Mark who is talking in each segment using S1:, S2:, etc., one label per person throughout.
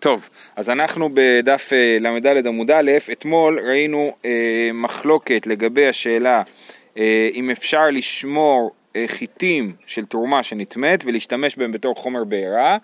S1: טוב, אז אנחנו בדף למדלת עמוד א', אתמול ראינו מחלוקת לגבי השאלה אם אפשר לשמור חיטים של תרומה שנטמאת ולהשתמש בהם בתור חומר בעירה,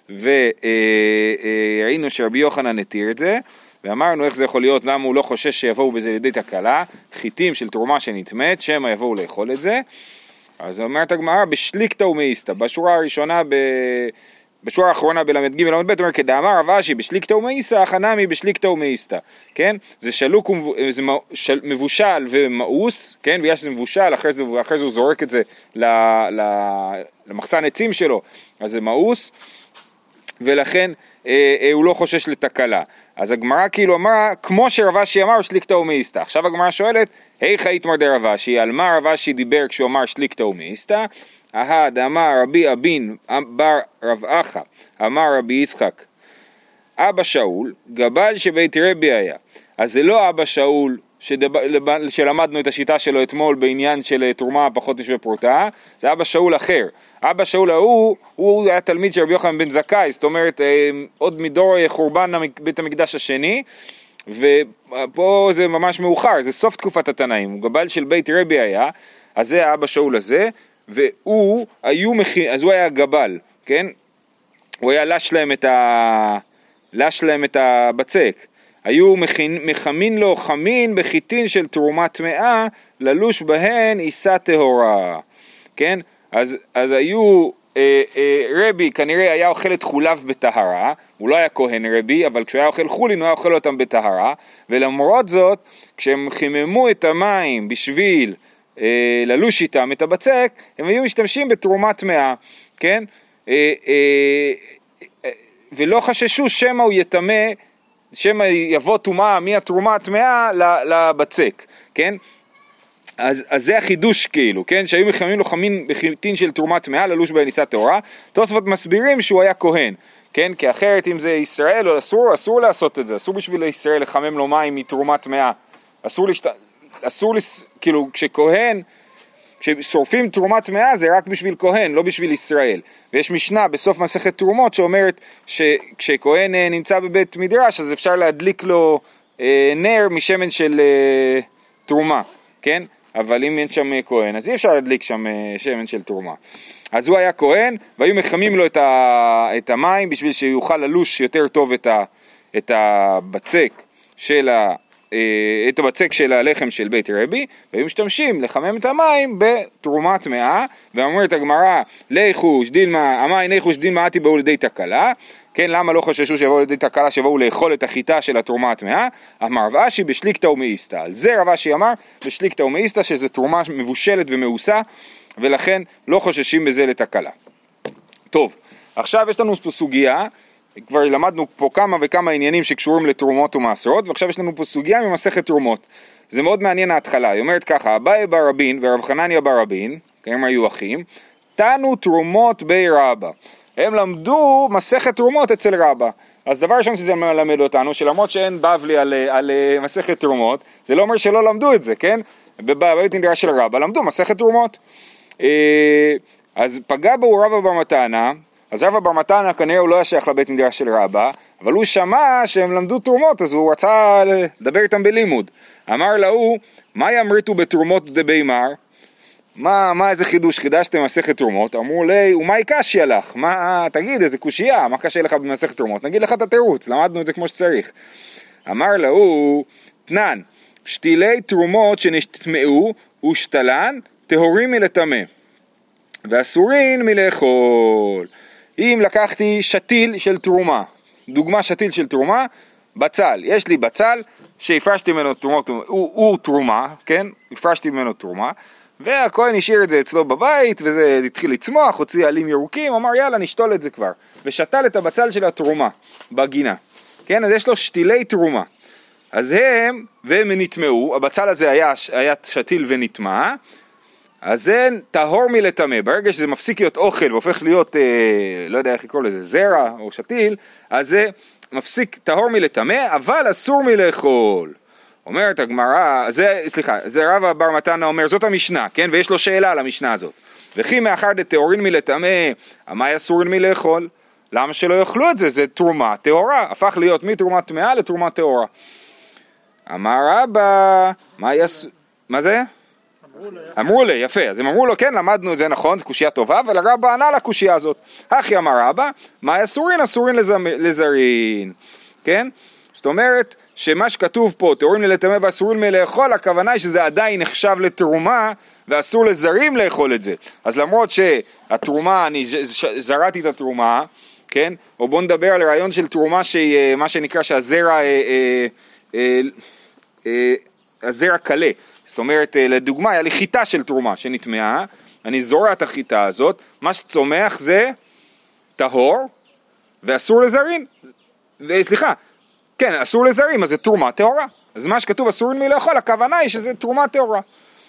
S1: וראינו שרבי יוחנן התיר את זה, ואמרנו איך זה יכול להיות, למה הוא לא חושש שיבואו בזה לידי תקלה, חיטים של תרומה שנטמאת, שמא יבואו לאכול את זה. אז אומרת הגמרא בשליקתא ומאיסתא, בשורה הראשונה בשורה האחרונה בלמד ג' ולמד ב' אומר כדאמר רב אשי בשליקתא ומאיסתא החנמי בשליקתא ומאיסתא, כן? זה שלוק זה מבושל ומאוס, כן? ויש זה מבושל, אחרי זה הוא זורק את זה למחסן עצים שלו, אז זה מאוס, ולכן הוא לא חושש לתקלה. אז הגמרא כאילו אמרה, כמו שרב אשי אמר שליקתא ומאיסתא. עכשיו הגמרא שואלת, היכא איתמר דרב אשי, על מה רב אשי דיבר כשהוא אמר שליקתא ומאיסתא? אמר רבי אבין בר רב אחא, אמר רבי יצחק, אבא שאול, גבל שבית רבי היה. אז זה לא אבא שאול שלמדנו את השיטה שלו אתמול בעניין של תרומה פחות משווה פרוטה, זה אבא שאול אחר. אבא שאול הוא היה תלמיד של רבי יוחנן בן זכאי, זאת אומרת עוד מדור חורבן בית המקדש השני, ופה זה ממש מאוחר, זה סוף תקופת התנאים, הוא גבל של בית רבי היה, אז זה האבא שאול הזה, והוא אז הוא היה גבל, כן? הוא היה לש להם את הבצק. היו מחמין לו חמין בחיטין של תרומה טמאה, ללוש בהן עיסה טהורה. כן? אז היו, רבי כנראה היה אוכל את חוליו בטהרה, הוא לא היה כהן רבי, אבל כשהוא היה אוכל חולין הוא היה אוכל אותם בטהרה, ולמרות זאת, כשהם חיממו את המים בשביל ללוש איתם את הבצק, הם היו משתמשים בתרומה טמאה, כן? ולא חששו שמא הוא יטמא, שמא יבוא טומאה מהתרומה הטמאה לבצק, כן? אז זה החידוש כאילו, כן? שהיו מחממים לו חמין בחיטין של תרומה טמאה, ללוש בהן עיסה טהורה. תוספות מסבירים שהוא היה כהן, כן? כי אחרת אם זה ישראל או אסור לעשות את זה, אסור בשביל ישראל לחמם לו מים מתרומה טמאה, כאילו כשכהן, כששורפים תרומה טמאה זה רק בשביל כהן, לא בשביל ישראל. ויש משנה בסוף מסכת תרומות שאומרת שכשכהן נמצא בבית מדרש אז אפשר להדליק לו נר משמן של תרומה, כן? אבל אם אין שם כהן אז אי אפשר להדליק שם שמן של תרומה. אז הוא היה כהן והיו מחמים לו את המים בשביל שיוכל ללוש יותר טוב את הבצק של הלחם של בית רבי, והיו משתמשים לחמם את המים בתרומה טמאה. ואומרת הגמרא, ליחוש דילמה, אמי ליחוש דילמה אתי באו לידי תקלה, כן, למה לא חששו שיבואו לידי תקלה, שיבואו לאכול את החיטה של התרומה הטמאה? אמר רב אשי בשליקתא ומאיסתא, על זה רב אשי אמר בשליקתא ומאיסתא, שזה תרומה מבושלת ומאוסה, ולכן לא חוששים בזה לתקלה. טוב, עכשיו יש לנו פה סוגיה, כבר למדנו פה כמה וכמה עניינים שקשורים לתרומות ומעשרות, ועכשיו יש לנו פה סוגיה ממסכת תרומות. זה מאוד מעניין ההתחלה. היא אומרת ככה, אביי בר רבין ורב חנניה בר רבין, כי הם היו אחים, תנו תרומות בי רבא. הם למדו מסכת תרומות אצל רבא. אז דבר ראשון שזה מלמד אותנו, שלמרות שאין בבלי על מסכת תרומות, זה לא אומר שלא למדו את זה, כן? בבית מדרש של רבא למדו מסכת תרומות. אז פגע בו רבא בר מתנה, אז רבא בר מתנה כנראה הוא לא ישייך לבית מדרש של רבא, אבל הוא שמע שהם למדו תרומות, אז הוא רצה לדבר איתם בלימוד. אמר לו, מה יאמריתו בתרומות דבי מר? מה איזה חידוש, חידשתם מסכת תרומות? אמרו לי, ומה יקשיא לך? תגיד, איזה קושייה, מה קשה לך במסכת תרומות? נגיד לך את התירוץ, למדנו את זה כמו שצריך. אמר לו, תנן, שתילי תרומות שנטמאו ושתלן, טהורים מלטמא, ואסורין מלאכול. אם לקחתי שתיל של תרומה, דוגמה שתיל של תרומה, בצל, יש לי בצל שהפרשתי ממנו תרומות, הוא תרומה, כן? הפרשתי ממנו תרומה, והכהן השאיר את זה אצלו בבית, וזה התחיל לצמוח, הוציא עלים ירוקים, אמר יאללה נשתול את זה כבר, ושתל את הבצל של התרומה בגינה, כן? אז יש לו שתילי תרומה, אז והם נטמאו, הבצל הזה היה שתיל ונטמא, אז זה טהור מלטמא. ברגע שזה מפסיק להיות אוכל והופך להיות, לא יודע איך לקרוא לזה, זרע או שתיל, אז זה מפסיק טהור מלטמא, אבל אסור מלאכול. אומרת הגמרא, זה רבא בר מתנה אומר, זאת המשנה, כן? ויש לו שאלה על המשנה הזאת. וכי מאחר דטהורין מלטמא, אמי אסורין מלאכול? למה שלא יאכלו את זה? זה תרומה טהורה, הפך להיות מתרומה טמאה לתרומה טהורה. אמר רבא, מה זה? אמרו לי, יפה, אז הם אמרו לו, כן, למדנו את זה נכון, זו קושייה טובה, אבל הרבא ענה לקושייה הזאת. אחי אמר רבא, מה אסורין? אסורין לזרין, כן? זאת אומרת, שמה שכתוב פה, טהורים לטמא ואסורים לאכול, הכוונה היא שזה עדיין נחשב לתרומה, ואסור לזרים לאכול את זה. אז למרות שהתרומה, אני זרעתי את התרומה, כן? או בוא נדבר על רעיון של תרומה, מה שנקרא שהזרע, הזרע קלה. זאת אומרת, לדוגמה, היה לי חיטה של תרומה שנטמעה, אני זורע את החיטה הזאת, מה שצומח זה טהור, ואסור לזרים. סליחה, כן, אסור לזרים, אז זה תרומה טהורה. אז מה שכתוב אסור מלאכול, הכוונה היא שזה תרומה טהורה.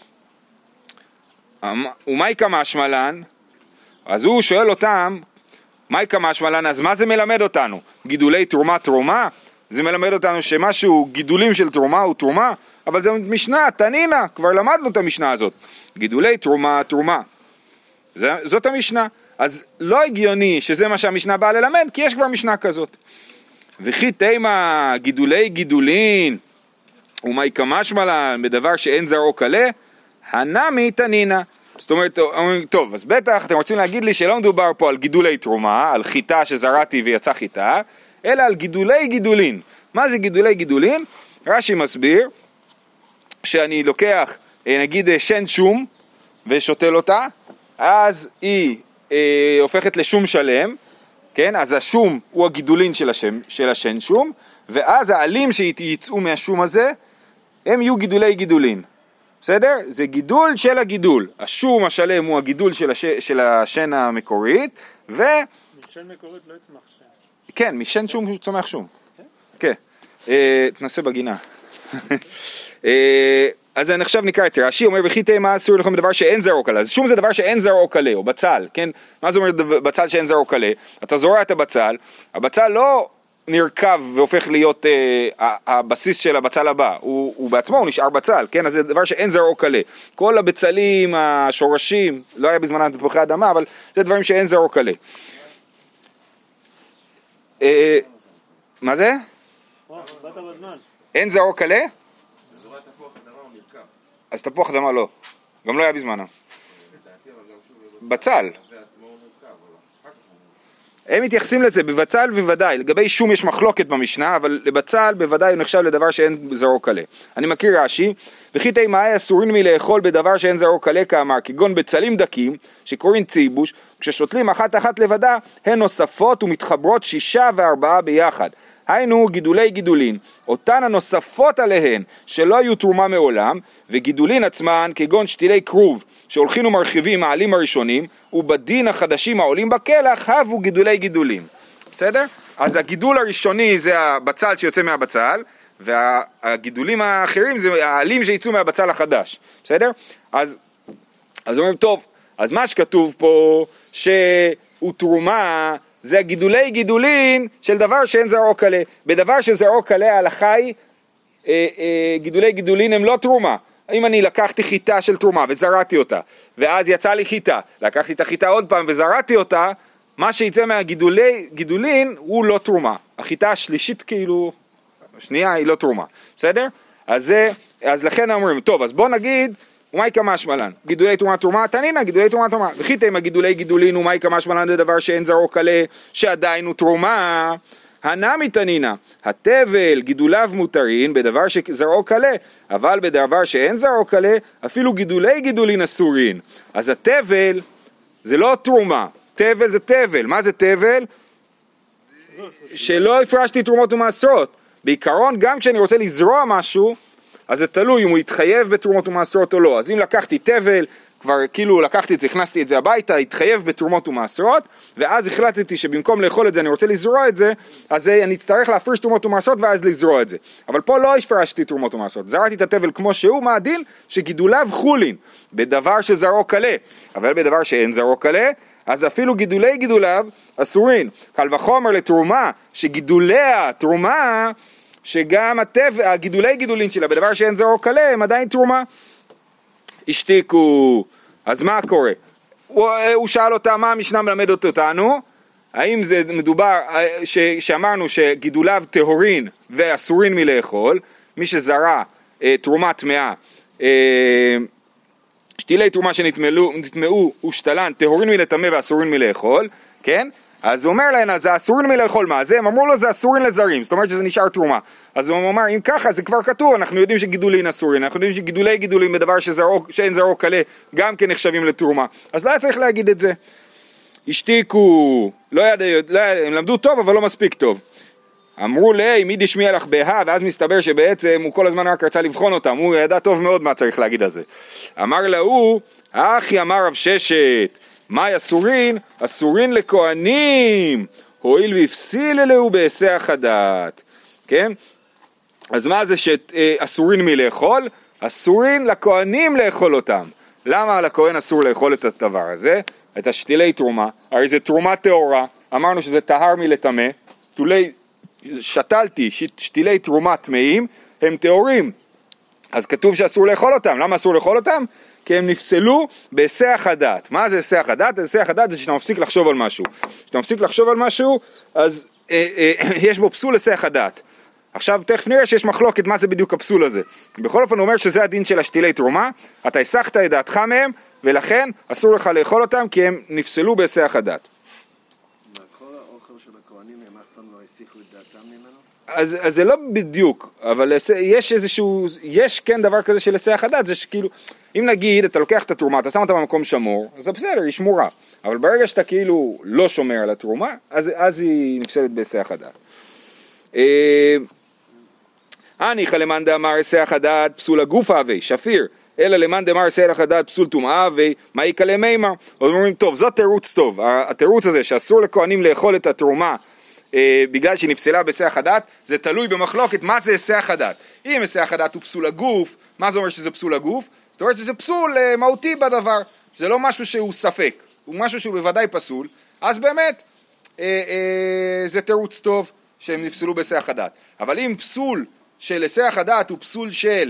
S1: ומאי כמשמע לן? אז הוא שואל אותם, מאי כמשמע לן, אז מה זה מלמד אותנו? גידולי תרומה? זה מלמד אותנו שמשהו, גידולים של תרומה הוא תרומה, אבל זה משנה, תנינה, כבר למדנו את המשנה הזאת. גידולי תרומה. זאת המשנה. אז לא הגיוני שזה מה שהמשנה באה ללמד, כי יש כבר משנה כזאת. וכי תימה גידולי גידולין, ומאי כמשמע לן, בדבר שאין זרעו קלה, הנמי תנינה. זאת אומרת, טוב, אז בטח אתם רוצים להגיד לי שלא מדובר פה על גידולי תרומה, על חיטה שזרעתי ויצא חיטה, אלא על גידולי גידולין. מה זה גידולי גידולין? רש"י מסביר שאני לוקח, נגיד, שן שום ושותל אותה, אז היא הופכת לשום שלם, כן? אז השום הוא הגידולין של השן שום, ואז העלים שיצאו מהשום הזה, הם יהיו גידולי גידולין. בסדר? זה גידול של הגידול. השום השלם הוא הגידול של השן המקורית, משן
S2: מקורית לא יצמח שן.
S1: כן, משן שום צומח שום. כן. תנסה בגינה. אז עכשיו נקרא את רש"י, אומר וכי תימה אסור לכם בדבר שאין זרעו קלה. אז שום זה דבר שאין זרעו קלה, או בצל, כן? מה זה אומר בצל שאין זרעו קלה? אתה זורע את הבצל לא נרכב והופך להיות הבסיס של הבצל הבא, הוא בעצמו הוא נשאר בצל, כן? אז זה דבר שאין זרעו קלה. כל הבצלים, השורשים, לא היה בזמנם תפוחי אדמה, אבל זה דברים שאין זרעו קלה. מה זה? אין זרעו קלה? אז תפוח אדמה לא, גם לא היה בזמנם. בצל. הם מתייחסים לזה, בבצל בוודאי, לגבי שום יש מחלוקת במשנה, אבל לבצל בוודאי הוא נחשב לדבר שאין זרעו קלה. אני מכיר רש"י, וכי תימה אסורין מלאכול בדבר שאין זרעו קלה כאמר, כגון בצלים דקים, שקוראים ציבוש, כששותלים אחת לבדה, הן נוספות ומתחברות 6 ו4 ביחד. היינו גידולי גידולין, אותן הנוספות עליהן שלא היו תרומה מעולם, וגידולין עצמן כגון שתילי כרוב, שהולכים ומרחיבים העלים הראשונים, ובדין החדשים העולים בקלח, הבו גידולי גידולין. בסדר? אז הגידול הראשוני זה הבצל שיוצא מהבצל, והגידולים האחרים זה העלים שיצאו מהבצל החדש. בסדר? אז אומרים, טוב, אז מה שכתוב פה שהוא תרומה, זה הגידולי גידולין של דבר שאין זרעו קלה. בדבר שזרעו קלה ההלכה היא, גידולי גידולין הם לא תרומה. אם אני לקחתי חיטה של תרומה וזרעתי אותה, ואז יצא לי חיטה, לקחתי את החיטה עוד פעם וזרעתי אותה, מה שיצא מהגידולי גידולין הוא לא תרומה. החיטה השלישית כאילו, השנייה היא לא תרומה. בסדר? אז לכן אומרים, טוב, אז בוא נגיד, ומאי כמשמע לן, גידולי תרומה, תנינה, גידולי תרומה, וכי תימה גידולי גידולין, ומאי כמשמע לן, זה דבר שאין זרעו קלה, שעדיין הוא תרומה, הנמי תנינה, התבל גידוליו מותרים בדבר שזרעו קלה, אבל בדבר שאין זרעו קלה, אפילו גידולי גידולין אסורין. אז התבל זה לא תרומה, תבל זה תבל. מה זה תבל? שלא הפרשתי תרומות ומעשרות. בעיקרון גם כשאני רוצה לזרוע משהו, אז זה תלוי אם הוא יתחייב בתרומות ומעשרות או לא. אז אם לקחתי תבל, כבר כאילו לקחתי את זה, הכנסתי את זה הביתה, התחייב בתרומות ומעשרות, ואז החלטתי שבמקום לאכול את זה אני רוצה לזרוע את זה, אז אני אצטרך להפריש תרומות ומעשרות ואז לזרוע את זה. אבל פה לא הפרשתי תרומות ומעשרות, זרעתי את התבל כמו שהוא, מה הדין? שגידוליו חולין, בדבר שזרעו קלה, אבל בדבר שאין זרעו קלה, אז אפילו גידולי גידוליו אסורין. קל וחומר לתרומה, שגידוליה תרומה, שגם הגידולי גידולין שלה, בדבר שאין זרעו קלה, הם עדיין תרומה. השתיקו, אז מה קורה? הוא שאל אותה מה המשנה מלמדת אותנו, האם זה מדובר, שאמרנו שגידוליו טהורין ואסורין מלאכול, מי שזרע תרומה טמאה, שתילי תרומה שנטמאו ושתלן, טהורין מלטמא ואסורין מלאכול, כן? אז הוא אומר להם, אז זה אסורין מלאכול מה זה? הם אמרו לו זה אסורין לזרים, זאת אומרת שזה נשאר תרומה. אז הוא אומר, אם ככה זה כבר כתוב, אנחנו יודעים שגידולין אסורין, אנחנו יודעים שגידולים בדבר שאין זרעו קלה, גם כן נחשבים לתרומה. אז לא היה צריך להגיד את זה. השתיקו, הם למדו טוב אבל לא מספיק טוב. אמרו לי, מי דשמיע לך בהה, ואז מסתבר שבעצם הוא כל הזמן רק רצה לבחון אותם, הוא ידע טוב מאוד מה צריך להגיד על זה. אמר להוא, אחי אמר רב ששת, מאי אסורין? אסורין לכהנים, הואיל והפסיל אלוהו בהיסח הדעת. כן? אז מה זה שאסורין מלאכול? אסורין לכהנים לאכול אותם. למה לכהן אסור לאכול את הדבר הזה? את השתילי תרומה, הרי זה תרומה טהורה, אמרנו שזה טהר מלטמא, שתלתי שתילי תרומה טמאים, הם טהורים, אז כתוב שאסור לאכול אותם. למה אסור לאכול אותם? כי הם נפסלו בהיסח הדעת. מה זה היסח הדעת? היסח הדעת זה שאתה מפסיק לחשוב על משהו. כשאתה מפסיק לחשוב על משהו, אז יש בו פסול היסח הדעת. עכשיו תכף נראה שיש מחלוקת מה זה בדיוק הפסול הזה. בכל אופן הוא אומר שזה הדין של השתילי תרומה, אתה הסחת את דעתך מהם, ולכן אסור לך לאכול אותם כי הם נפסלו בהיסח הדעת.
S3: כל האוכל של הכהנים הם אף פעם לא הסיחו את דעתם ממנו?
S1: אז זה לא בדיוק, אבל יש איזשהו, יש כן דבר כזה של היסח הדעת, זה שכאילו, אם נגיד אתה לוקח את התרומה, אתה שם אותה במקום שמור, אז זה בסדר, היא שמורה, אבל ברגע שאתה כאילו לא שומר על התרומה, אז היא נפסלת בהיסח הדעת. אני חלמן דאמר היסח הדעת פסול הגוף הווי, שפיר, אלא למאן דאמר היסח הדעת פסול טומאה הווי, מה יקלה מימר? אומרים, טוב, זאת תירוץ טוב, התירוץ הזה שאסור לכהנים לאכול את התרומה, בגלל שהיא נפסלה בהיסח הדעת, זה תלוי במחלוקת מה זה היסח הדעת. אם היסח הדעת הוא פסול הגוף, מה זה אומר שזה פסול הגוף? זאת אומרת שזה פסול מהותי בדבר, זה לא משהו שהוא ספק, הוא משהו שהוא בוודאי פסול, אז באמת זה תירוץ טוב שהם נפסלו בהיסח הדעת. אבל אם פסול של היסח הדעת הוא פסול של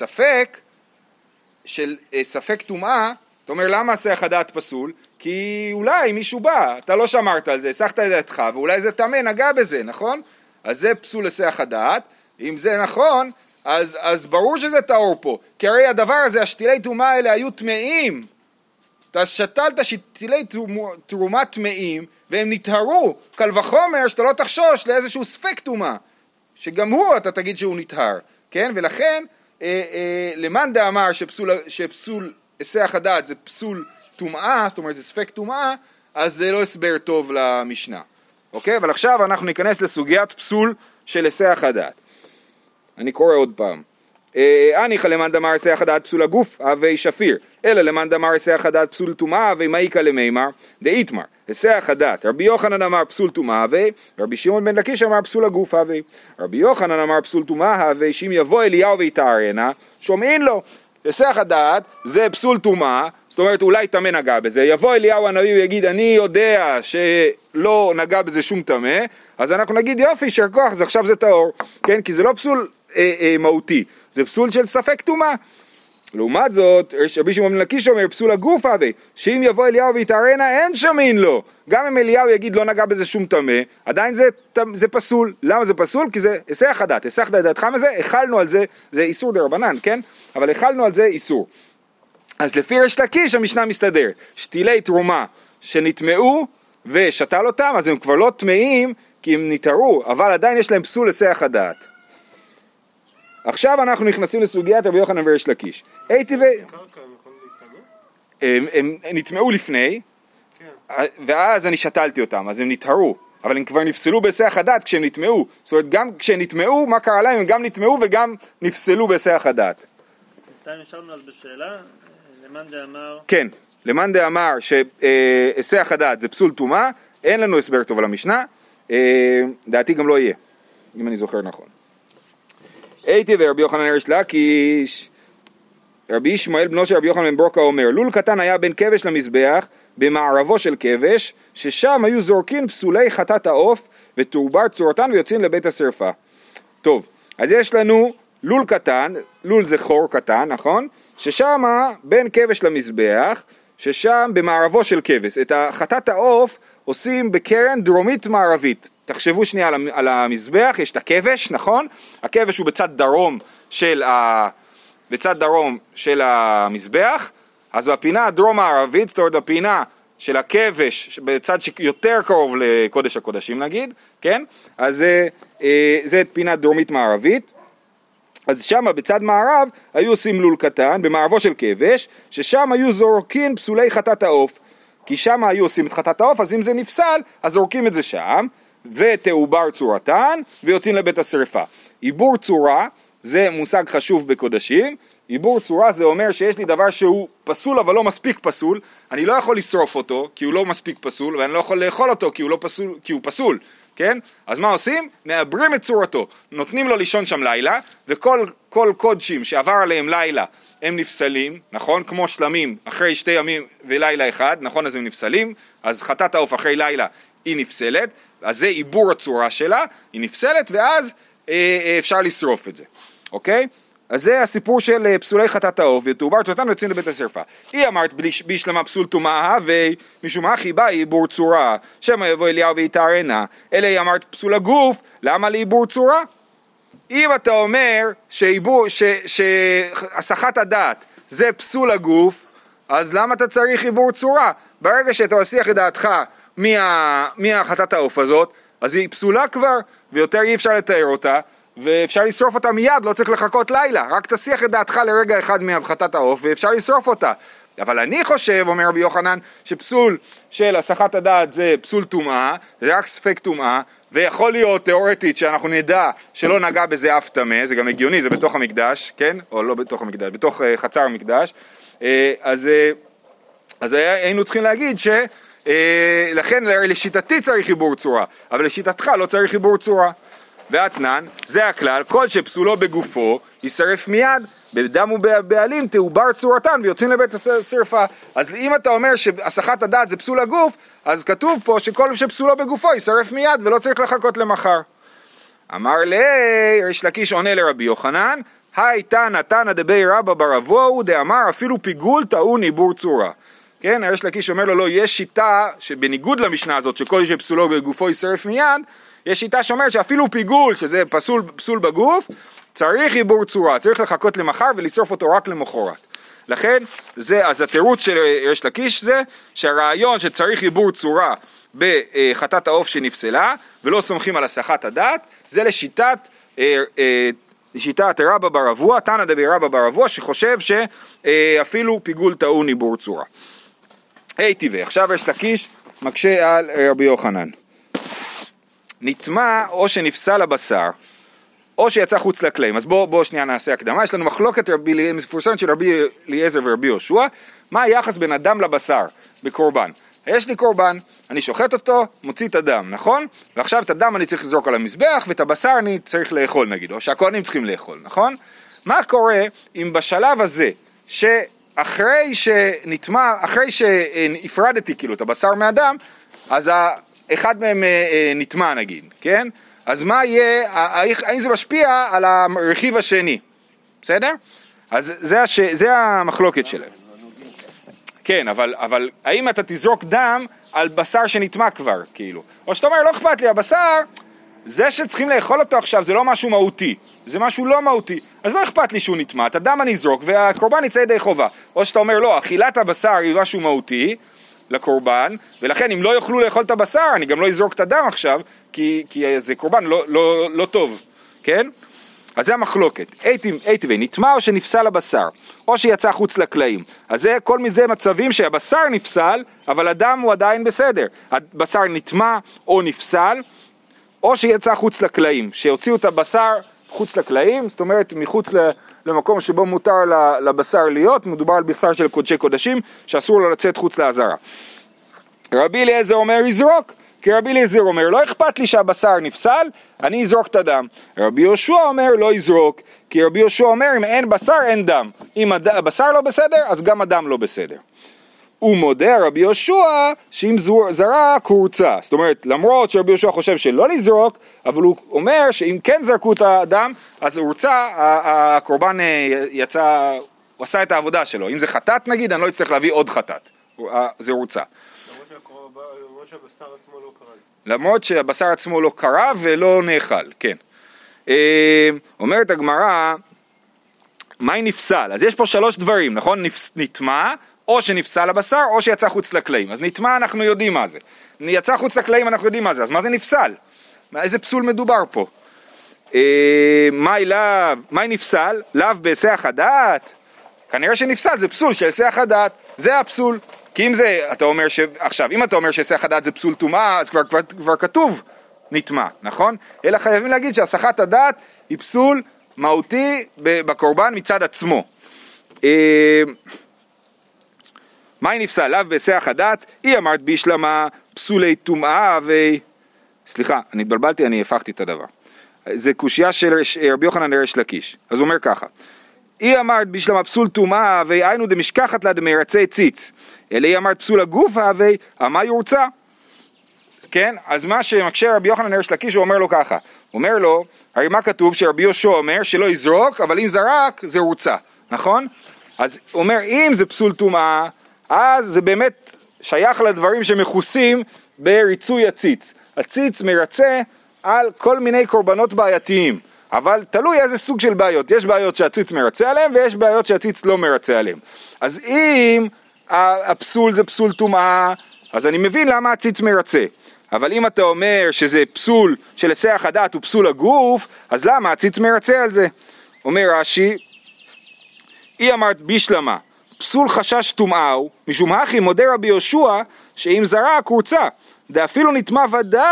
S1: ספק טומאה, אתה אומר למה היסח הדעת פסול? כי אולי מישהו בא, אתה לא שמרת על זה, הסחת את דעתך, ואולי זה טמא נגע בזה, נכון? אז זה פסול היסח הדעת, אם זה נכון, אז ברור שזה טהור פה, כי הרי הדבר הזה, השתילי תרומה האלה היו טמאים, אתה שתלת שתילי תרומה טמאים, והם נטהרו, קל וחומר שאתה לא תחשוש לאיזשהו ספק טומאה, שגם הוא אתה תגיד שהוא נטהר, כן? ולכן, למאן דאמר שפסול היסח הדעת זה פסול טומאה, זאת אומרת זה ספק טומאה, אז זה לא הסבר טוב למשנה. אוקיי? אבל עכשיו אנחנו ניכנס לסוגיית פסול של היסח הדעת. אני קורא עוד פעם. אניחא למאן דאמר היסח הדעת פסול הגוף הווי שפיר, אלא למאן דאמר היסח הדעת פסול טומאה הווי מאיקא למימר דאיתמר. היסח הדעת, רבי יוחנן אמר פסול טומאה הווי, רבי שמעון בן לקיש אמר פסול הגוף הווי. רבי יוחנן אמר פסול טומאה הווי, שאם יבוא אליהו ויטהרנה, שומעין לו. היסח הדעת זה פסול טומאה, זאת אומרת אולי טמא נגע בזה, יבוא אליהו הנביא ויגיד אני יודע שלא נגע בזה שום טמא, אז אנחנו נגיד יופי שכוח, אז עכשיו זה טהור, כן? כי זה לא פסול מהותי, זה פסול של ספק טומאה. לעומת זאת, רבי שמעון בן לקיש אומר פסול הגוף הווי, שאם יבוא אליהו ויטהרנה אין שומעין לו, גם אם אליהו יגיד לא נגע בזה שום טמא, עדיין זה פסול. למה זה פסול? כי זה היסח הדעת, הסחת דעתך מזה, החלנו על זה, זה איסור דרבנן, כן? אבל החלנו על זה איסור. אז לפי ריש לקיש המשנה מסתדר, שתילי תרומה שנטמאו ושתל אותם, אז הם כבר לא טמאים כי הם נטהרו, אבל עדיין יש להם פסול היסח הדעת. עכשיו אנחנו נכנסים לסוגיית רבי יוחנן וריש לקיש. הם נטמאו לפני, ואז אני שתלתי אותם, אז הם נטהרו, אבל הם כבר נפסלו בהיסח הדעת כשהם נטמאו. זאת אומרת, גם כשהם נטמאו, מה קרה להם? הם גם נטמאו וגם נפסלו בהיסח הדעת.
S2: בינתיים נשארנו אז בשאלה, למאן דאמר...
S1: כן, למאן דאמר שהיסח הדעת זה פסול טומאה, אין לנו הסבר טוב על המשנה, דעתי גם לא יהיה, אם אני זוכר נכון. הייתי ורבי יוחנן ריש לקיש, רבי ישמעאל בנו של רבי יוחנן בן ברוקה אומר, לול קטן היה בין כבש למזבח, במערבו של כבש, ששם היו זורקים פסולי חטאת העוף, ותורבר צורתן ויוצאים לבית השרפה. טוב, אז יש לנו לול קטן, לול זה חור קטן, נכון? ששם בין כבש למזבח, ששם במערבו של כבש, את החטאת העוף עושים בקרן דרומית מערבית. תחשבו שנייה על המזבח, יש את הכבש, נכון? הכבש הוא בצד דרום של המזבח, אז בפינה הדרום הערבית, זאת אומרת בפינה של הכבש, בצד שיותר קרוב לקודש הקודשים נגיד, כן? אז זה פינה דרומית מערבית. אז שם בצד מערב היו עושים לול קטן במערבו של כבש, ששם היו זורקים פסולי חטאת העוף, כי שם היו עושים את חטאת העוף, אז אם זה נפסל, אז זורקים את זה שם, ותעובר צורתן, ויוצאים לבית השריפה. עיבור צורה, זה מושג חשוב בקודשים, עיבור צורה זה אומר שיש לי דבר שהוא פסול אבל לא מספיק פסול, אני לא יכול לשרוף אותו כי הוא לא מספיק פסול, ואני לא יכול לאכול אותו כי הוא פסול, כן? אז מה עושים? מעברים את צורתו, נותנים לו לישון שם לילה, וכל קודשים שעבר עליהם לילה הם נפסלים, נכון? כמו שלמים אחרי 2 ימים ולילה אחד, נכון? אז הם נפסלים, אז חטאת העוף אחרי לילה היא נפסלת, אז זה עיבור הצורה שלה, היא נפסלת, ואז אפשר לשרוף את זה, אוקיי? אז זה הסיפור של פסולי חטאת העוף, ותעובר צורתן ויוצאים לבית השרפה. היא אמרת בישלמה פסול טומאה, ומשום אחי בא עיבור צורה, שמא יבוא אליהו ויתארנה, אלא היא אמרת פסול הגוף, למה לעיבור צורה? אם אתה אומר שהסחת הדעת זה פסול הגוף, אז למה אתה צריך עיבור צורה? ברגע שאתה מסיח את דעתך מהחטאת העוף הזאת, אז היא פסולה כבר, ויותר אי אפשר לתאר אותה, ואפשר לשרוף אותה מיד, לא צריך לחכות לילה, רק תסיח את דעתך לרגע אחד מהחטאת העוף, ואפשר לשרוף אותה. אבל אני חושב, אומר רבי יוחנן, שפסול של הסחת הדעת זה פסול טומאה, זה רק ספק טומאה, ויכול להיות תיאורטית שאנחנו נדע שלא נגע בזה אף טמא, זה גם הגיוני, זה בתוך המקדש, כן? או לא בתוך המקדש, בתוך חצר המקדש. אז היינו צריכים להגיד לכן לשיטתי צריך עיבור צורה, אבל לשיטתך לא צריך עיבור צורה. ואתנן, זה הכלל, כל שפסולו בגופו יישרף מיד, בדם ובעלים תעובר צורתן ויוצאים לבית השרפה. אז אם אתה אומר שהסחת הדעת זה פסול הגוף, אז כתוב פה שכל שפסולו בגופו יישרף מיד ולא צריך לחכות למחר. אמר לי, ריש לקיש עונה לרבי יוחנן, היי תנא דבי רבא בר אבוהו דאמר אפילו פיגול טעון עיבור צורה. כן, ריש לקיש אומר לו, לא, יש שיטה שבניגוד למשנה הזאת שכל שפסולו בגופו יישרף מיד, יש שיטה שאומרת שאפילו פיגול, שזה פסול בגוף, צריך עיבור צורה, צריך לחכות למחר ולשרוף אותו רק למחרת. לכן, אז התירוץ של ריש לקיש זה שהרעיון שצריך עיבור צורה בחטאת העוף שנפסלה, ולא סומכים על הסחת הדעת, זה לשיטת רבא בר אבוה, תנא דבי רבא בר אבוה, שחושב שאפילו פיגול טעון עיבור צורה. טבעי, עכשיו ריש לקיש מקשה על רבי יוחנן. נטמע או שנפסל הבשר, או שיצא חוץ לכלים. אז בואו שנייה נעשה הקדמה. יש לנו מחלוקת מפורסמת של רבי אליעזר ורבי יהושע, מה היחס בין הדם לבשר בקורבן. יש לי קורבן, אני שוחט אותו, מוציא את הדם, נכון? ועכשיו את הדם אני צריך לזרוק על המזבח, ואת הבשר אני צריך לאכול נגיד, או שהכהנים צריכים לאכול, נכון? מה קורה אם בשלב הזה, שאחרי שנטמע, אחרי שהפרדתי כאילו את הבשר מהדם, אז אחד מהם נטמע נגיד, כן? אז מה יהיה, האם זה משפיע על הרכיב השני? בסדר? אז זה המחלוקת שלהם. כן, אבל האם אתה תזרוק דם על בשר שנטמע כבר, כאילו? או שאתה אומר, לא אכפת לי, הבשר, זה שצריכים לאכול אותו עכשיו זה לא משהו מהותי, זה משהו לא מהותי, אז לא אכפת לי שהוא נטמע, את הדם אני אזרוק והקורבן יצא ידי חובה. או שאתה אומר, לא, אכילת הבשר היא משהו מהותי לקורבן, ולכן אם לא יוכלו לאכול את הבשר, אני גם לא אזרוק את הדם עכשיו, כי זה קורבן לא טוב, כן? אז זה המחלוקת. טבעי, נטמע או שנפסל הבשר, או שיצא חוץ לקלעים. אז כל מזה מצבים שהבשר נפסל, אבל הדם הוא עדיין בסדר. הבשר נטמע או נפסל, או שיצא חוץ לקלעים, שהוציאו את הבשר חוץ לקלעים, זאת אומרת מחוץ למקום שבו מותר לבשר להיות, מדובר על בשר של קודשי קודשים, שאסור לו לצאת חוץ לעזרה. רבי אליעזר אומר יזרוק, כי רבי אליעזר אומר לא אכפת לי שהבשר נפסל, אני אזרוק את הדם. רבי יהושע אומר לא יזרוק, כי רבי יהושע אומר אם אין בשר אין דם, אם הבשר לא בסדר אז גם הדם לא בסדר. הוא מודה רבי יהושע שאם זרק הוא הורצה, זאת אומרת למרות שרבי יהושע חושב שלא לזרוק, אבל הוא אומר שאם כן זרקו את הדם אז הוא הורצה, הקורבן יצא, הוא עשה את העבודה שלו. אם זה חטאת נגיד אני לא אצטרך להביא עוד חטאת, זה הורצה.
S2: למרות
S4: למרות שהבשר עצמו לא קרה.
S1: למרות שהבשר עצמו לא קרה ולא נאכל, כן. אומרת הגמרא, מהי נפסל? אז יש פה 3 דברים, נכון? נטמע, או שנפסל הבשר, או שיצא חוץ לקלעים. אז נטמע אנחנו יודעים מה זה. יצא חוץ לקלעים אנחנו יודעים מה זה. אז מה זה נפסל? איזה פסול מדובר פה? מהי נפסל? לאו בהיסח הדעת? כנראה שנפסל זה פסול של היסח הדעת. זה הפסול. כי אם זה, אתה אומר עכשיו, אם אתה אומר שהיסח הדעת זה פסול טומאה, אז כבר כתוב נטמע, נכון? אלא חייבים להגיד שהסחת הדעת היא פסול מהותי בקורבן מצד עצמו. מהי נפסל? לאו בהיסח הדעת? היא אמרת בישלמה פסולי טומאה סליחה, אני התבלבלתי, אני הפכתי את הדבר. זה קושיה של רבי יוחנן לריש לקיש. אז הוא אומר ככה, היא אמרת בישלמה פסול טומאה והיינו דמשכחת לה דמרצי ציץ. אלא היא אמרת פסול הגופה והמה יורצה. כן? אז מה שמקשר רבי יוחנן לריש לקיש הוא אומר לו ככה. הוא אומר לו, הרי מה כתוב שרבי יהושע אומר שלא יזרוק, אבל אם זרק זה רוצה. נכון? אז הוא אומר, אם זה פסול טומאה, אז זה באמת שייך לדברים שמכוסים בריצוי הציץ. הציץ מרצה על כל מיני קורבנות בעייתיים, אבל תלוי איזה סוג של בעיות. יש בעיות שהציץ מרצה עליהם, ויש בעיות שהציץ לא מרצה עליהם. אז אם הפסול זה פסול טומאה, אז אני מבין למה הציץ מרצה. אבל אם אתה אומר שזה פסול של היסח הדעת ופסול הגוף, אז למה הציץ מרצה על זה? אומר רש"י, היא אמרת בישלמה, פסול חשש טומאה הוא, משום הכי מודה רבי יהושע, שאם זרק הורצה, דאפילו נטמע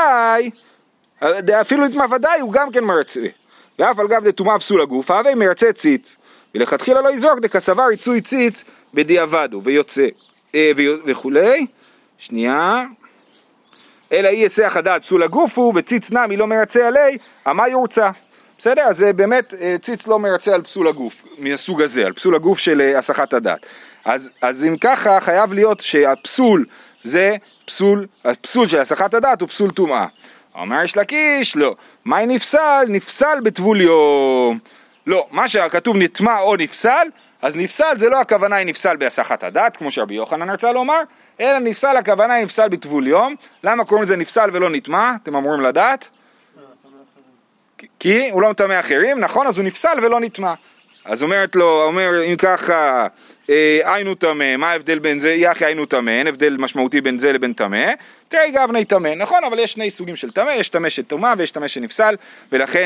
S1: ודאי הוא גם כן מרצה. ואף על גב דטומאה פסול הגוף, הווי מרצה ציץ. ולכתחילה לא יזרוק דכסבר ריצוי ציץ בדיעבדו ויוצא וכולי. שנייה. אלא היא היסח הדעת פסול הגוף הוא, וציץ נמי לא מרצה עלי, המה יורצה. בסדר? אז זה באמת ציץ לא מרצה על פסול הגוף, מהסוג הזה, על פסול הגוף של הסחת הדעת. אז אם ככה חייב להיות שהפסול זה הפסול של הסחת הדעת הוא פסול טומאה. אומר ריש לקיש, לא. מהי נפסל? נפסל בטבול יום. לא, מה שכתוב נטמע או נפסל, אז נפסל זה לא הכוונה היא נפסל בהסחת הדעת, כמו שרבי יוחנן רצה לומר, אלא נפסל הכוונה היא נפסל בטבול יום. למה קוראים לזה נפסל ולא נטמע? אתם אמורים לדעת? כי הוא לא מטמא אחרים, נכון? אז הוא נפסל ולא נטמע. אז אומר אם ככה, היינו טמא, מה ההבדל בין זה? יחי היינו טמא, אין הבדל משמעותי בין זה לבין טמא. תראי גבני טמא, נכון? אבל יש 2 סוגים של טמא, יש טמא שטומא ויש טמא שנפסל, ולכן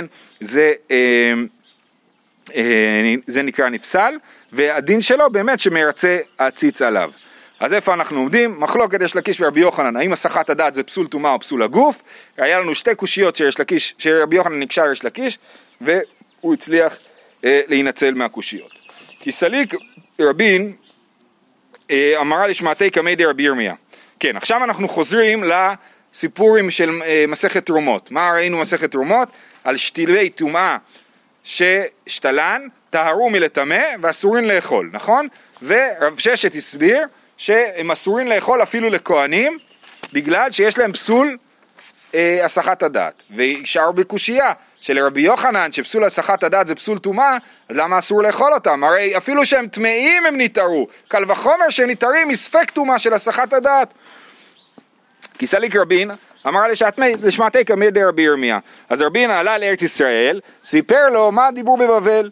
S1: זה נקרא נפסל, והדין שלו באמת שמרצה הציץ עליו. אז איפה אנחנו עומדים? מחלוקת ריש לקיש ורבי יוחנן, האם הסחת הדעת זה פסול טומאה או פסול הגוף? היה לנו 2 קושיות שרבי יוחנן נקשר ריש לקיש, והוא הצליח להינצל מהקושיות. כי סליק רבין אמרה לשמעתי כמי דרבי ירמיה. כן, עכשיו אנחנו חוזרים לסיפורים של מסכת תרומות. מה ראינו מסכת תרומות? על שתילי טומאה ששתלן, טהרו מלטמא ואסורים לאכול, נכון? ורב ששת הסביר שהם אסורים לאכול אפילו לכהנים, בגלל שיש להם פסול הסחת הדעת. וישאר בקושייה שלרבי יוחנן שפסול הסחת הדעת זה פסול טומאה, אז למה אסור לאכול אותם? הרי אפילו שהם טמאים הם ניתרו, קל וחומר שהם ניתרים מספק טומאה של הסחת הדעת. כי סליק רבין אמר לשמעתי כמי דרבי ירמיה. אז רבין עלה לארץ ישראל, סיפר לו מה דיבור בבבל,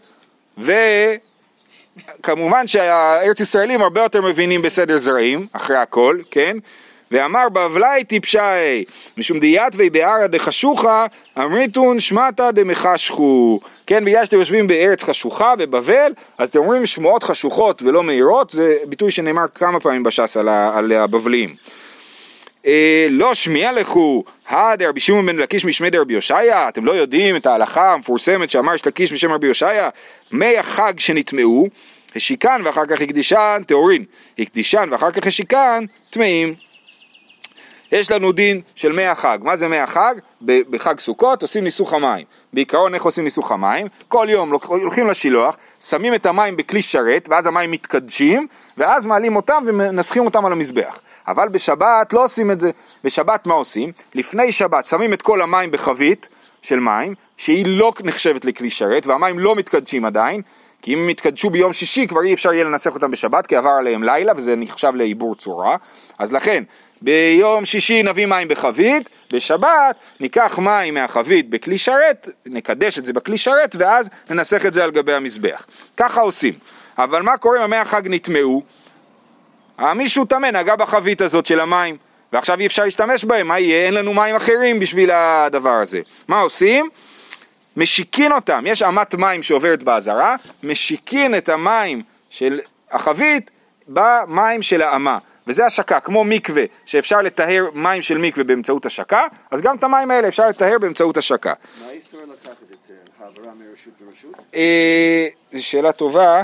S1: וכמובן שהארץ ישראלים הרבה יותר מבינים בסדר זרעים, אחרי הכל, כן? ואמר בבלי טיפשי, משום דיאטווי בערא דחשוכה, אמריתון שמעתא דמחשכו. כן, בגלל שאתם יושבים בארץ חשוכה בבבל, אז אתם אומרים שמועות חשוכות ולא מהירות, זה ביטוי שנאמר כמה פעמים בש"ס על הבבלים. לא שמיע לכו, דרבי שמעון בן לקיש משמי דרבי יושעיה, אתם לא יודעים את ההלכה המפורסמת שאמר שתקיש משם רבי יושעיה, מי החג שנטמעו, השיקן ואחר כך הקדישן טהורין, הקדישן ואחר כך השיקן טמאים. יש לנו דין של מי החג. מה זה מי החג? בחג סוכות עושים ניסוך המים. בעיקרון איך עושים ניסוך המים? כל יום הולכים לשילוח, שמים את המים בכלי שרת, ואז המים מתקדשים, ואז מעלים אותם ומנסחים אותם על המזבח. אבל בשבת לא עושים את זה. בשבת מה עושים? לפני שבת שמים את כל המים בחבית של מים, שהיא לא נחשבת לכלי שרת, והמים לא מתקדשים עדיין, כי אם הם מתקדשו ביום שישי כבר אי אפשר יהיה לנסח אותם בשבת, כי עבר עליהם לילה, וזה נחשב לעיבור צורה. אז לכן, ביום שישי נביא מים בחבית, בשבת ניקח מים מהחבית בכלי שרת, נקדש את זה בכלי שרת, ואז ננסח את זה על גבי המזבח. ככה עושים. אבל מה קורה אם המי החג נטמעו? מישהו טמא נגע בחבית הזאת של המים, ועכשיו אי אפשר להשתמש בהם, מה יהיה? אין לנו מים אחרים בשביל הדבר הזה. מה עושים? משיקין אותם, יש אמת מים שעוברת בעזרה, משיקין את המים של החבית במים של האמה, וזה השקה, כמו מקווה, שאפשר לטהר מים של מקווה באמצעות השקה, אז גם את המים האלה אפשר לטהר באמצעות השקה.
S3: מה ישראל לקחת את העברה מרשות לרשות?
S1: זו שאלה טובה.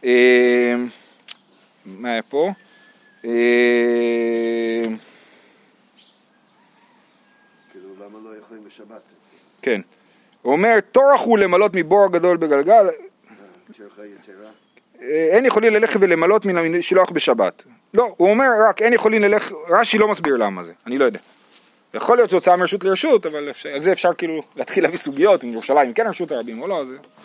S1: מה היה פה?
S3: כאילו, למה לא יכולים בשבת?
S1: כן. הוא אומר, תורך הוא למלות מבור הגדול בגלגל.
S3: תרחה יתרה?
S1: אין יכולים ללכת ולמלות מן המשלוח בשבת. לא, הוא אומר רק אין יכולים ללכת, רש"י לא מסביר למה זה, אני לא יודע. יכול להיות שהוצאה מרשות לרשות, אבל על זה אפשר כאילו להתחיל להביא סוגיות, עם ירושלים, כן רשות הרבים או לא,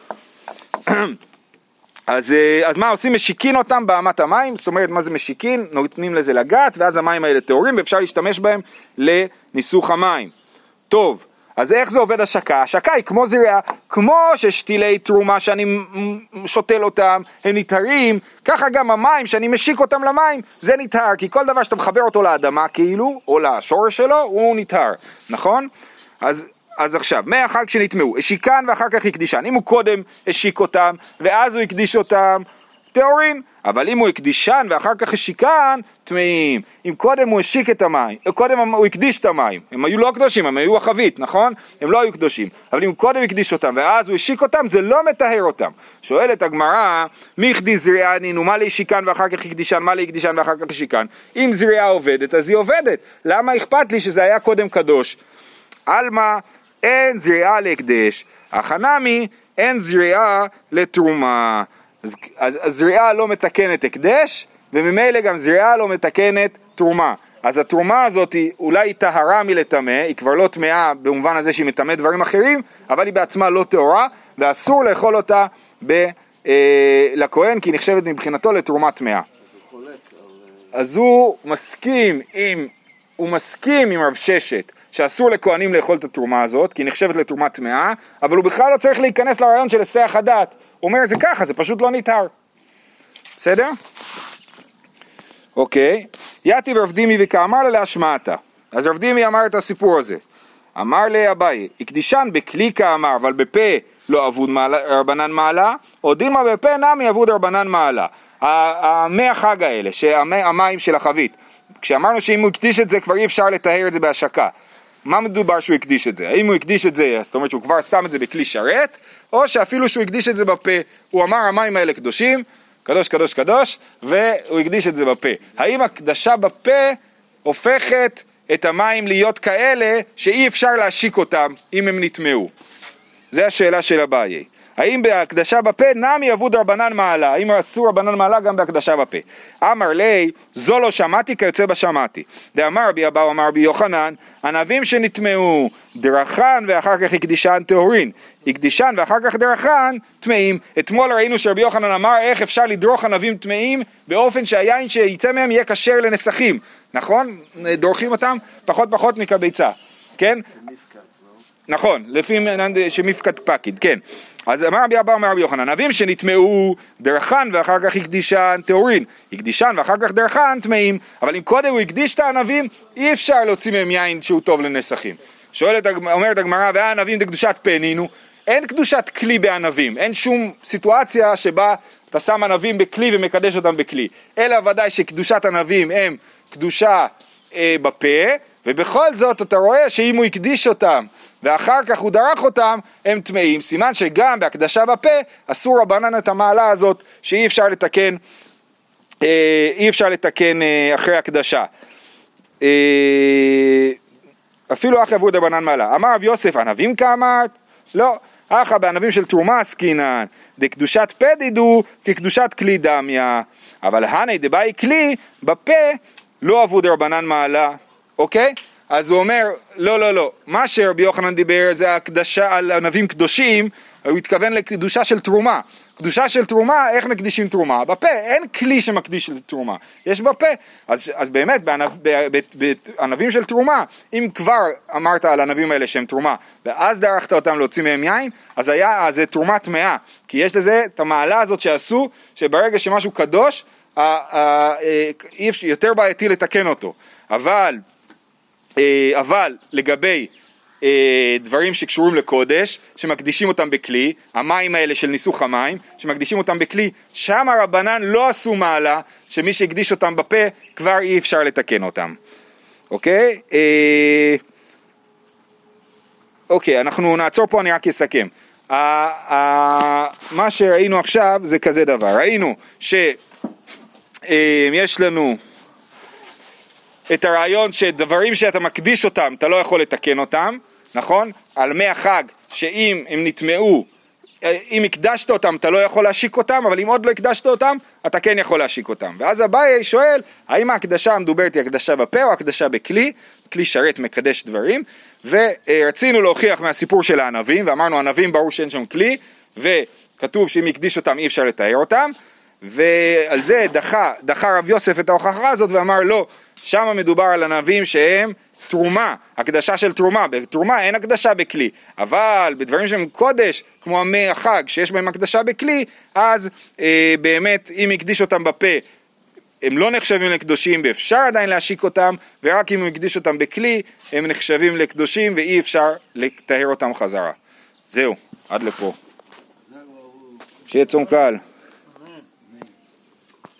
S1: אז מה עושים? משיקין אותם באמת המים, זאת אומרת מה זה משיקין? נותנים לזה לגעת, ואז המים האלה טהורים, ואפשר להשתמש בהם לניסוך המים. טוב, אז איך זה עובד השקה? השקה היא כמו זריעה, כמו ששתילי תרומה שאני שותל אותם, הם נטהרים, ככה גם המים שאני משיק אותם למים, זה נטהר, כי כל דבר שאתה מחבר אותו לאדמה כאילו, או לשורש שלו, הוא נטהר, נכון? אז עכשיו, מהחג שנטמעו, השיקן ואחר כך הקדישן, אם הוא קודם השיק אותם, ואז הוא הקדיש אותם, טהורין, אבל אם הוא הקדישן ואחר כך השיקן, טמאים. אם קודם הוא השיק את המים, קודם הוא הקדיש את המים, הם היו לא קדושים, הם היו החבית, נכון? הם לא היו קדושים, אבל אם קודם הקדיש אותם ואז הוא השיק אותם, זה לא מטהר אותם. שואלת הגמרא, מי הקדיש זריעה נינו, מה להשיקן ואחר כך הקדישן, מה להקדישן ואחר כך השיקן? אם זריעה עובדת, אז היא עובדת. למה אכפת לי שזה היה קודם קדוש? אלמה, אין זריעה להקדש, החנמי, אין זריעה לתרומה. אז זריעה לא מתקנת הקדש, וממילא גם זריעה לא מתקנת תרומה. אז התרומה הזאת אולי היא טהרה מלטמא, היא כבר לא טמאה במובן הזה שהיא מטמא דברים אחרים, אבל היא בעצמה לא טהורה, ואסור לאכול אותה לכהן, כי היא נחשבת מבחינתו לתרומה טמאה. אז הוא מסכים עם רב ששת, שאסור לכהנים לאכול את התרומה הזאת, כי היא נחשבת לתרומה טמאה, אבל הוא בכלל לא צריך להיכנס לרעיון של היסח הדעת. הוא אומר זה ככה, זה פשוט לא נטהר. בסדר? אוקיי. יתיב רב דימי וכאמר לה להשמעתה. אז רב דימי אמר את הסיפור הזה. אמר לאביי, הקדישן בכלי כאמר, אבל בפה לא עבוד רבנן מעלה, או דילמה בפה נמי עבוד רבנן מעלה. המי החג האלה, המים של החבית, כשאמרנו שאם הוא הקדיש את זה כבר אי אפשר לתאר את זה בהשקה. מה מדובר שהוא הקדיש את זה? האם הוא הקדיש את זה, זאת אומרת שהוא כבר שם את זה בכלי שרת, או שאפילו שהוא הקדיש את זה בפה, הוא אמר המים האלה קדושים, קדוש קדוש קדוש, והוא הקדיש את זה בפה. האם הקדשה בפה הופכת את המים להיות כאלה שאי אפשר להשיק אותם אם הם נטמעו? זו השאלה של אביי. האם בהקדשה בפה נמי עבוד רבנן מעלה? האם אסור רבנן מעלה גם בהקדשה בפה? אמר לי, זו לא שמעתי כיוצא בשמעתי. דאמר רבי אבאו אמר רבי יוחנן, ענבים שנטמעו דרכן ואחר כך הקדישן טהורין. הקדישן ואחר כך דרכן טמאים. אתמול ראינו שרבי יוחנן אמר איך אפשר לדרוך ענבים טמאים באופן שהיין שיצא מהם יהיה כשר לנסחים. נכון? דורכים אותם פחות מקביצה. כן? נכון, לפי שמפקד פקיד, כן. אז אמר רבי אבא, אמר רבי יוחנן, ענבים שנטמעו דרכן ואחר כך הקדישן טהורין, הקדישן ואחר כך דרכן טמאים, אבל אם קודם הוא הקדיש את הענבים, אי אפשר להוציא מהם יין שהוא טוב לנסחים. אומרת הגמרא, והענבים דקדושת פנינו, אין קדושת כלי בענבים, אין שום סיטואציה שבה אתה שם ענבים בכלי ומקדש אותם בכלי, אלא ודאי שקדושת ענבים הם קדושה בפה, ובכל זאת אתה רואה שאם הוא הקדיש אותם ואחר כך הוא דרך אותם, הם טמאים. סימן שגם בהקדשה בפה אסור רבנן את המעלה הזאת שאי אפשר לתקן, אחרי הקדשה. אפילו אחרי עבוד רבנן מעלה. אמר רב יוסף, ענבים כאמרת? לא. אחא בענבים של תרומה עסקינן, דקדושת פה דידו כקדושת כלי דמיה. אבל הני דבאי כלי בפה לא עבוד רבנן מעלה. אוקיי? אז הוא אומר, לא, מה שרבי יוחנן דיבר זה הקדשה על ענבים קדושים, הוא התכוון לקדושה של תרומה. קדושה של תרומה, איך מקדישים תרומה? בפה, אין כלי שמקדיש לתרומה, יש בפה. אז באמת, בענבים של תרומה, אם כבר אמרת על הענבים האלה שהם תרומה, ואז דרכת אותם להוציא מהם יין, אז זה תרומה טמאה, כי יש לזה את המעלה הזאת שעשו, שברגע שמשהו קדוש, יותר בעייתי לתקן אותו. אבל לגבי דברים שקשורים לקודש, שמקדישים אותם בכלי, המים האלה של ניסוך המים, שמקדישים אותם בכלי, שם הרבנן לא עשו מעלה, שמי שהקדיש אותם בפה, כבר אי אפשר לתקן אותם. אוקיי? אוקיי, אנחנו נעצור פה, אני רק אסכם. מה שראינו עכשיו זה כזה דבר, ראינו שיש לנו את הרעיון שדברים שאתה מקדיש אותם, אתה לא יכול לתקן אותם, נכון? על מי החג, שאם הם נטמעו, אם הקדשת אותם, אתה לא יכול להשיק אותם, אבל אם עוד לא הקדשת אותם, אתה כן יכול להשיק אותם. ואז אביי שואל, האם ההקדשה המדוברת היא הקדשה בפה או הקדשה בכלי? כלי שרת מקדש דברים, ורצינו להוכיח מהסיפור של הענבים, ואמרנו, הענבים ברור שאין שם כלי, וכתוב שאם יקדיש אותם אי אפשר לתאר אותם, ועל זה דחה רב יוסף את ההוכחה הזאת ואמר לא, שם מדובר על ענבים שהם תרומה, הקדשה של תרומה, בתרומה אין הקדשה בכלי, אבל בדברים שהם קודש, כמו עמי החג, שיש בהם הקדשה בכלי, אז באמת אם יקדיש אותם בפה, הם לא נחשבים לקדושים ואפשר עדיין להשיק אותם, ורק אם הוא יקדיש אותם בכלי, הם נחשבים לקדושים ואי אפשר לטהר אותם חזרה. זהו, עד לפה. שיהיה צום קל.